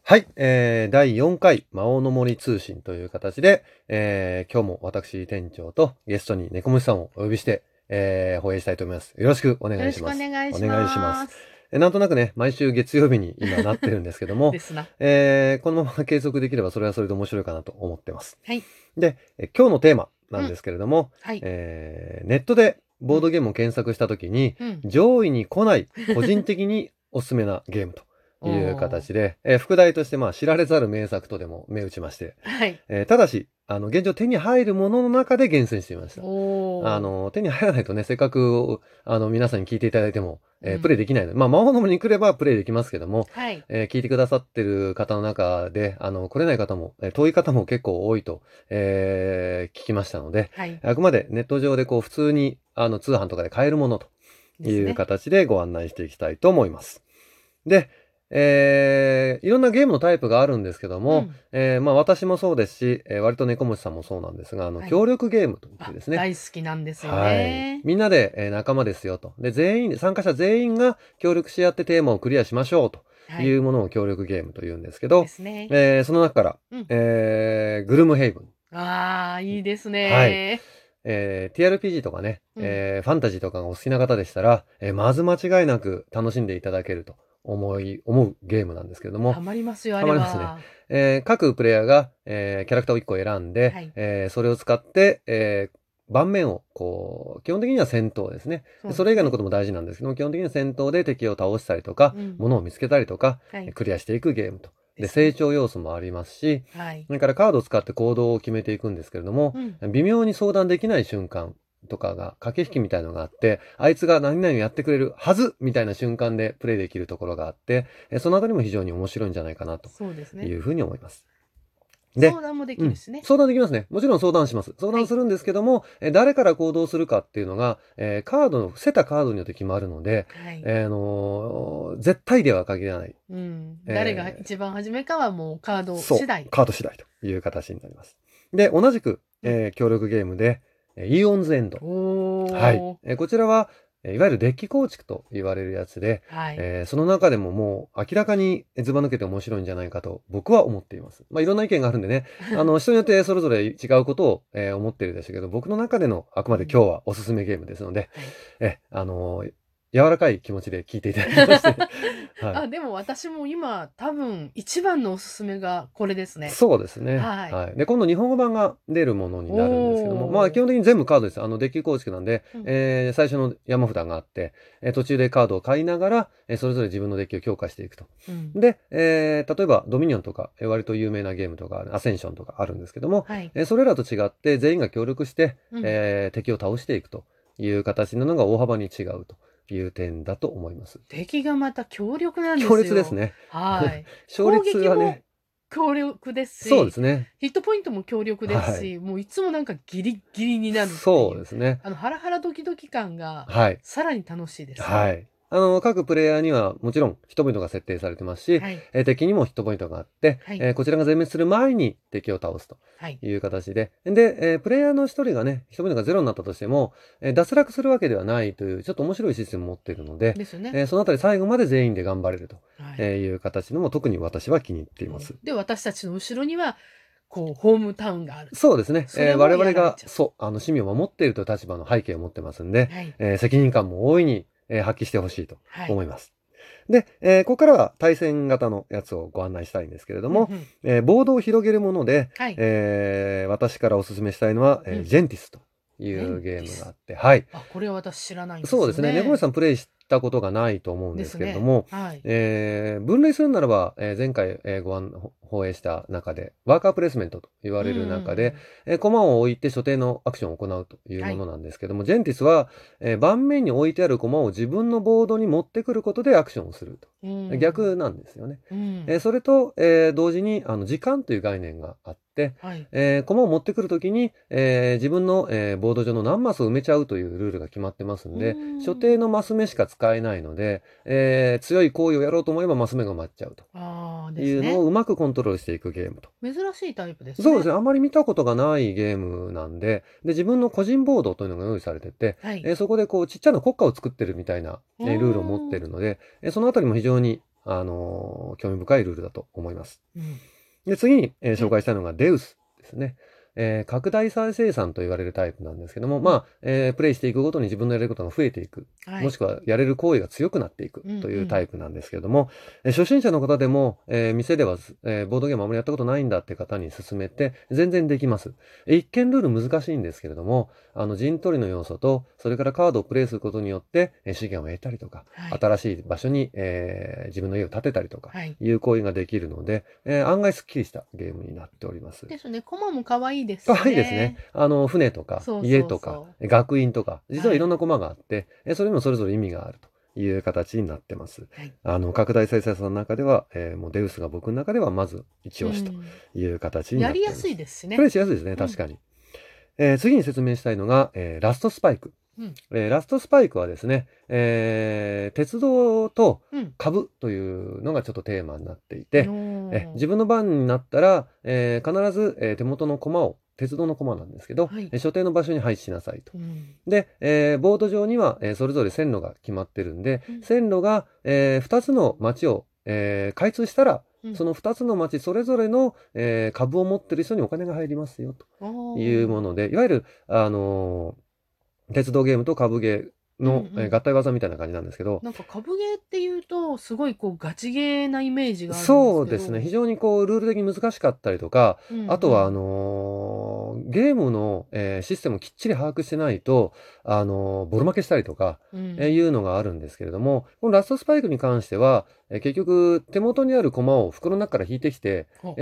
はい、第4回魔王の森通信という形で、今日も私店長とゲストに猫虫さんをお呼びして、放映したいと思います。よろしくお願よろしくおいします。 願いしお願いします。 ます。 なんとなくね、毎週月曜日に今なってるんですけども、 ですな。 このまま継続できればそれはそれで面白いかなと思ってます。 はい。 で、今日のテーマなんでうん。 すけれども、 はい。 ネットでボードゲームを検索したときに、 うん。 上位に来ない個人的におすすめなゲームというおー。 形で、副題として知られざる名作とでも銘打ちまして、 はい。 ただし、現状手に入るものの中で厳選してみました。 おー。 手に入らないとね、せっかく、皆さんに聞いていただいても、プレイうん。 できないので、魔王の森に来ればプレイできますけども、 はい。 聞いてくださってる方の中で、来れない方も、遠い方も結構多いと、聞きましたので、 はい。 あくまでネット上でこう、普通に、通販とかで買えるものというですね。 形でご案内していきたいと思います。で、いろんなゲームのタイプがあるんですけども、 うん。 私もそうですし、割と猫虫さんもそうなんですが、 はい。 協力ゲームといってあ、 ですね、 大好きなんですよはい。 ね。 みんなで、仲間ですよと。で、参加者全員が協力し合ってテーマをクリアしましょうとはい。 いうものを協力ゲームと言うんですけでど、 すね。 その中から、 うん。 グルムヘイブン。 あー、いいですはい。 ね。 TRPG とかね、 うん。 ファンタジーとかがお好きな方でしたら、まず間違いなく楽しんでいただけると思うゲームなんですけれども、 ハマりますよ、あれハマりますね。 は。 各プレイヤーが、キャラクターを1個選んで、 はい。 それを使って、盤面を、基本的には戦闘ですね。それ以外のそうですね。 ことも大事なんですけども、基本的には戦闘で敵を倒したりとか、 うん。 物を見つけたりとか、 はい。 クリアしていくゲームと。で、 ですね。 成長要素もありますし、 はい。 それからカードを使って行動を決めていくんですけれども、 うん。 微妙に相談できない瞬間とかが、駆け引きみたいのがあって、あいつが何々やってくれるはずみたいな瞬間でプレイできるところがあって、そのあたりも非常に面白いんじゃないかなとそうですね。 いうふうに思います。で、 相談もできるしね。 相談できますね。もちろん相談します。相はい。 談するんですけども、誰から行動するかっていうのが、伏せたカードによって決まるので、 はい。 絶対では限らない。 うん。誰がえ一番初めかはもうカードそう、 次第。 カード次第という形になります。で、同じく、 うん。 協力ゲームで、イオンズエンド。はい。 おー。 こちらは、いわゆるデッキ構築と言われるやつで、 はい。 その中でももう明らかにずば抜けて面白いんじゃないかと僕は思っています。いろんな意見があるんでね、人によってそれぞれ違うことを、思っているでしょうけど、僕の中でのあくまで今日うん。 はおすすめゲームですので、 はい。 柔らかい気持ちで聞いていただきまして、はい。 あ、でも私も今多分一番のおすすめがこれですね。 そうですね。 はい。 はい。で、今度日本語版が出るものになるんですけども、基おー。 本的に全部カードです。デッキ構築なんで、 うん。 最初の山札があって、途中でカードを買いながら、それぞれ自分のデッキを強化していくと。 うん。 で、例えばドミニオンとか、割と有名なゲームとか、アセンションとかあるんですけども、 はい。 それらと違って全員が協力して、 うん。 敵を倒していくという形なのが大幅に違うという点だと思います。 敵がまた強力なんで強すよ。 烈ですね。 はい。 勝攻率はね、 撃も強力ですし、 そうですね。 ヒットポイントも強力ですはい。 し、もういつもなんかギリギリになるっていう、 そうですね。 ハラハラドキドキ感がはい。 さらに楽しいです。 はい。各プレイヤーにはもちろんヒットポイントが設定されてますし、 はい。 敵にもヒットポイントがあって、 はい。 こちらが全滅する前に敵を倒すとはい。 いう形で、で、プレイヤーの一人がね、ヒットポイントがゼロになったとしても、脱落するわけではないという、ちょっと面白いシステムを持っているので、 ですよね。 そのあたり最後まで全員で頑張れるとはい。 いう形のも特に私は気に入っています。 で、私たちの後ろには、こう、ホームタウンがあると。 そうですね。 それも我々が、 やられちゃう。 そう、市民を守っているという立場の背景を持ってますんで、 はい。 責任感も大いに、発揮してほしいとはい。 思います。で、ここからは対戦型のやつをご案内したいんですけれども、 うんうん。 ボードを広げるもので、 はい。 私からお勧めしたいのは、 うん。 ジェンティスといメうンティス。 ゲームがあって、はい。 あ、これは私知らないんですよそうですね。猫林ね。 さんプレイしたことがないと思うんですですね。 けれども、 はい。 分類するならば、前回、放映した中で、ワーカープレイスメントと言わうんうれる中で、 んコマを置いて所定のアクションを行うというん。はい。 うものなんですけども、ジェンティスは、盤面に置いてあるコマを自分のボードに持ってくることでアクションをすると。 うん。 逆なんですよね。 うん。 それと、同時に、時間という概念があって、 はい。 駒を持ってくるときに、自分の、ボード上の何マスを埋めちゃうというルールが決まってますんうーで、所定ん。 のマス目しか使えないので、強い行為をやろうと思えばマス目が埋まっちゃうとああ、ですね。 いうのをうまくコントロールしていくゲームと。 珍しいタイプですね。 そうですね。あまり見たことがないゲームなんで、自分の個人ボードというのが用意されてて、 はい。 そこでこう、ちっちゃな国家を作ってるみたいな、 うルールを持っーん。 てるので、そのあたりも非常に興味深いルールだと思います。 うん。 で、次に、 うん。 紹介したいのがデウスですね。拡大再生産と言われるタイプなんですけども、 うん。 まあ、プレイしていくごとに自分のやれることが増えていく、 はい。 もしくはやれる行為が強くなっていくうんといううん。 タイプなんですけれども、初心者の方でも、店では、ボードゲームあまりやったことないんだって方に勧めて、全然できます。一見ルール難しいんですけれども、陣取りの要素と、それからカードをプレイすることによって、資源を得たりとか、 はい。 新しい場所に、自分の家を建てたりとか、 はい。 いう行為ができるので、案外スッキリしたゲームになっております。 ですね。コマも可愛いです可し愛いですね。 ね。 船とか、 そうそう家とか、 そ学院とか、 う。 実ははいい。 ろんなコマがあって、それにもそれぞれ意味があるという形になってます。 はい。 拡大再生産の中では、もうデウスが僕の中ではまず一う押しとん。 いう形にやりやすいなっております。 ですしね。 プレイしやすいですね、 うん。 確かに。次に説明したいのが、ラストスパイク。 うん。 ラストスパイクはですね、鉄道とうん。 株というのがちょっとテーマになっていて、 お自分の番になったら、必ず、手元の駒を、鉄道の駒なんですけど、 はい。 所定の場所に配置しなさいと。 うん。 で、ボード上には、それぞれ線路が決まってるんで、 うん。 線路が、2つの町を、開通したら、 うん。 その2つの町それぞれの、株を持ってる人にお金が入りますよというもおー。 ので、いわゆる、鉄道ゲームと株ゲーうんの、 うん。 合体技みたいな感じなんですけど、 なんか株ゲーっていうと、すごいこうガチゲーなイメージがあるんですけそうですね。非ど。 常にこう、ルール的に難しかったりとか、 うんあとは、 うん。 ゲームの、システムをきっちり把握してないと、ボロ負けしたりとか、 う。 いうんのがあるんですけれども、このラストスパイクに関しては、結局、手元にある駒を袋の中から引いてきて、 ほ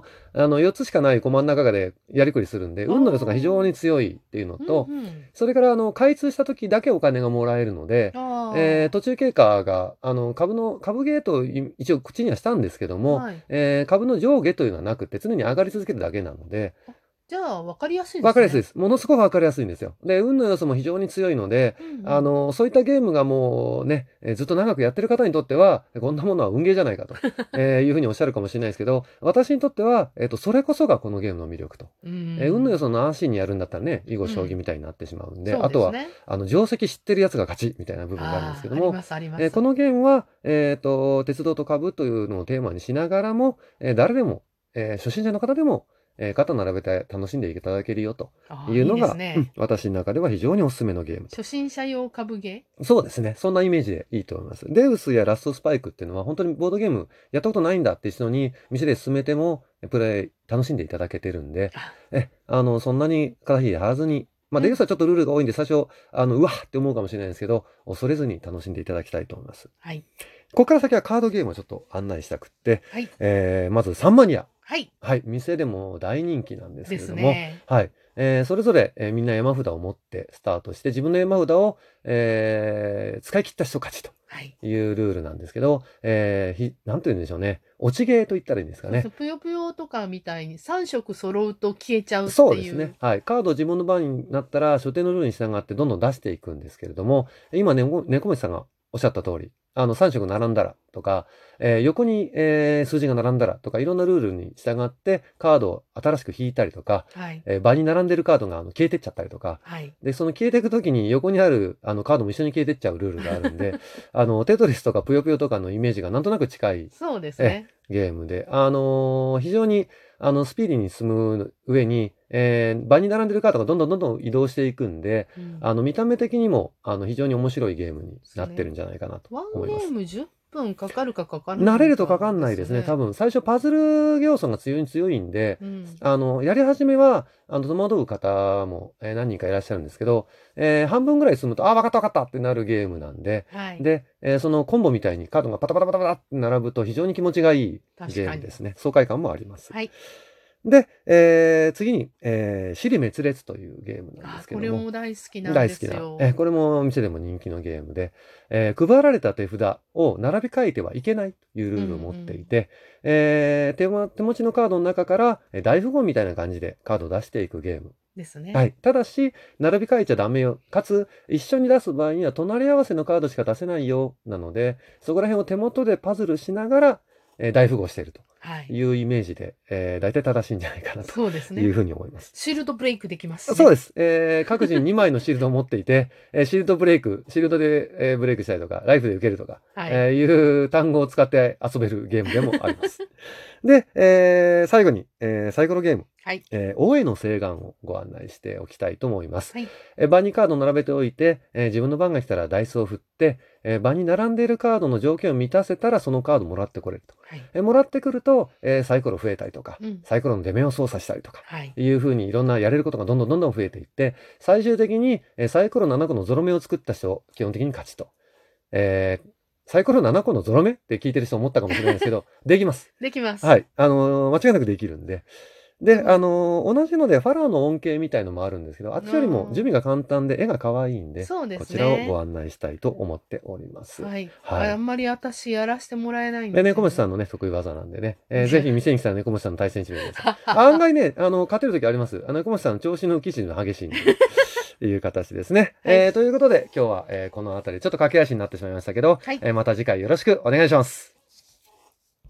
4つしかない駒の中でやりくりするんで、 あ運の要素が非常あ。 に強いっていうのうんと、 うん。 それから、開通した時だけお金がもらえるので、 あ途中経過が、株ゲーと一応口にはしたんですけどあ。 も、 はい。 株の上下というのはなくて、常に上がり続けるだけなので、 あ、じゃあ分かりやすいですね。 わかりやすいです。ものすごくわかりやすいんですよ。で、運の要素も非常に強いので、 うんうん。 そういったゲームがもうね、ずっと長くやってる方にとっては、こんなものは運ゲーじゃないかと、いうふうにおっしゃるかもしれないですけど、私にとっては、それこそがこのゲームの魅力と。 う運の要ん。 素の安心にやるんだったらね、囲碁うん。 将棋みたいになってしまうんで、 そうあとは、 ですね。 定石知ってるやつが勝ちみたいな部分があるんですけああ、 ども、 ありますあります。 このゲームは、鉄道と株というのをテーマにしながらも、誰でも、初心者の方でも、肩並べて楽しんでいただけるよとああ、いいですいうのが、 ね。 私の中では非常にお勧めのゲームと。 初心者用株ゲそうですね。そんなイメージでいいと思います。デウスやラストスパイクっていうのは本当にボードゲームやったことないんだっていう人に店で勧めてもプレイ楽しんでいただけてるんで、 ー。 そんなに肩肘張らずに、まあ、デウうん。 スはちょっとルールが多いんで最初、うわーって思うかもしれないですけど、恐れずに楽しんでいただきたいと思います。 はい。 ここから先はカードゲームをちょっと案内したくって、 はい。 まずサンマニア。 はい。 はい、店でも大人気なんですでけれども、 すね。 はい、それぞれ、みんな山札を持ってスタートして、自分の山札を、使い切った人勝ちとはい。 いうルールなんですけど、なんて言うんでしょうね。落ちゲーと言ったらいいんですかね。 そうそう、ぷよぷよとかみたいに3色揃うと消えちゃうっていそうですね。 う。 はい。カードを自分の番になったら、所定のルールに従ってどんどん出していくんですけれども、今ね、猫町さんがおっしゃった通り、3色並んだらとか、横に、数字が並んだらとか、いろんなルールに従ってカードを新しく引いたりとか、 はい。 場に並んでるカードが消えてっちゃったりとか、 はい。 で、その消えていくときに横にあるカードも一緒に消えてっちゃうルールがあるんで、テトリスとかぷよぷよとかのイメージがなんとなく近い、 そうですね。 ゲームで、非常にスピーディーに進む上に、場に並んでるカードがどんどんどんどん移動していくんで、 うん。 見た目的にも非常に面白いゲームにですね。 なってるんじゃないかなとワン思います。 ゲーム10分かかるかかかんな慣れいるとかかかでんないですね。多すね。 分、最初パズル要素が強いんで、 うん。 やり始めは、戸惑う方も、何人かいらっしゃるんですけど、半分ぐらい進むと、あ、わかったわかったってなるゲームなんで、 はい。 で、そのコンボみたいにカードがパタパタパタパタって並ぶと非常に気持ちがいいゲー確かに。 ムですね。爽快感もあります。 はい。 で、次に、支離滅裂というゲームなんであ、 すけども、 これも大好きなんで大好きな、 すよ。 これも店でも人気のゲームで、配られた手札を並び替えてはいけないといううんルールを持ってうん。 いて、手持ちのカードの中から大富豪みたいな感じでカードを出していくゲーム。 ですね。 はい。ただし、並び替えちゃダメよ。かつ、一緒に出す場合には隣り合わせのカードしか出せないよ。なので、そこら辺を手元でパズルしながら、大富豪しているとはい。 いうイメージで、大体正しいんじゃないかなとそうですね。 いうふうに思います。 シールドブレイクできますしね。 そうです。各自2枚のシールドを持っていて、シールドブレイク、シールドで、ブレイクしたりとか、ライフで受けるとか、 はい。 いう単語を使って遊べるゲームでもあります。で、最後に、サイコロゲーム、 はい。 大江の請願をご案内しておきたいと思います。 はい。 場にカードを並べておいて、自分の番が来たらダイスを振って、場に並んでいるカードの条件を満たせたらそのカードもらってこれると。 はい。 もらってくると、サイコロ増えたりとか、 うん。 サイコロの出目を操作したりとか、 はい。 いうふうにいろんなやれることがどんどん増えていって、最終的に、サイコロ7個のゾロ目を作った人、基本的に勝ちと。サイコロ7個のゾロ目って聞いてる人思ったかもしれないですけど、できます。 できます。 はい。間違いなくできるんで。で、同じので、ファラオの恩恵みたいのもあるんですけど、あっちよりも準備が簡単で絵が可愛いんで、 そうですね。 こちらをご案内したいと思っております。 はい。 はい。 あんまり私やらせてもらえないんで、 ですよ猫虫さんのね、得意技なんでね、ぜひ店に来たら猫虫さんの対戦してみてください。案外ね、勝てる時あります。猫虫さんの調子の浮き沈みが激しいんで。いう形ですね。 はいということで、今日は、この辺り、ちょっと駆け足になってしまいましたけど、 はい。 また次回よろしくお願いします。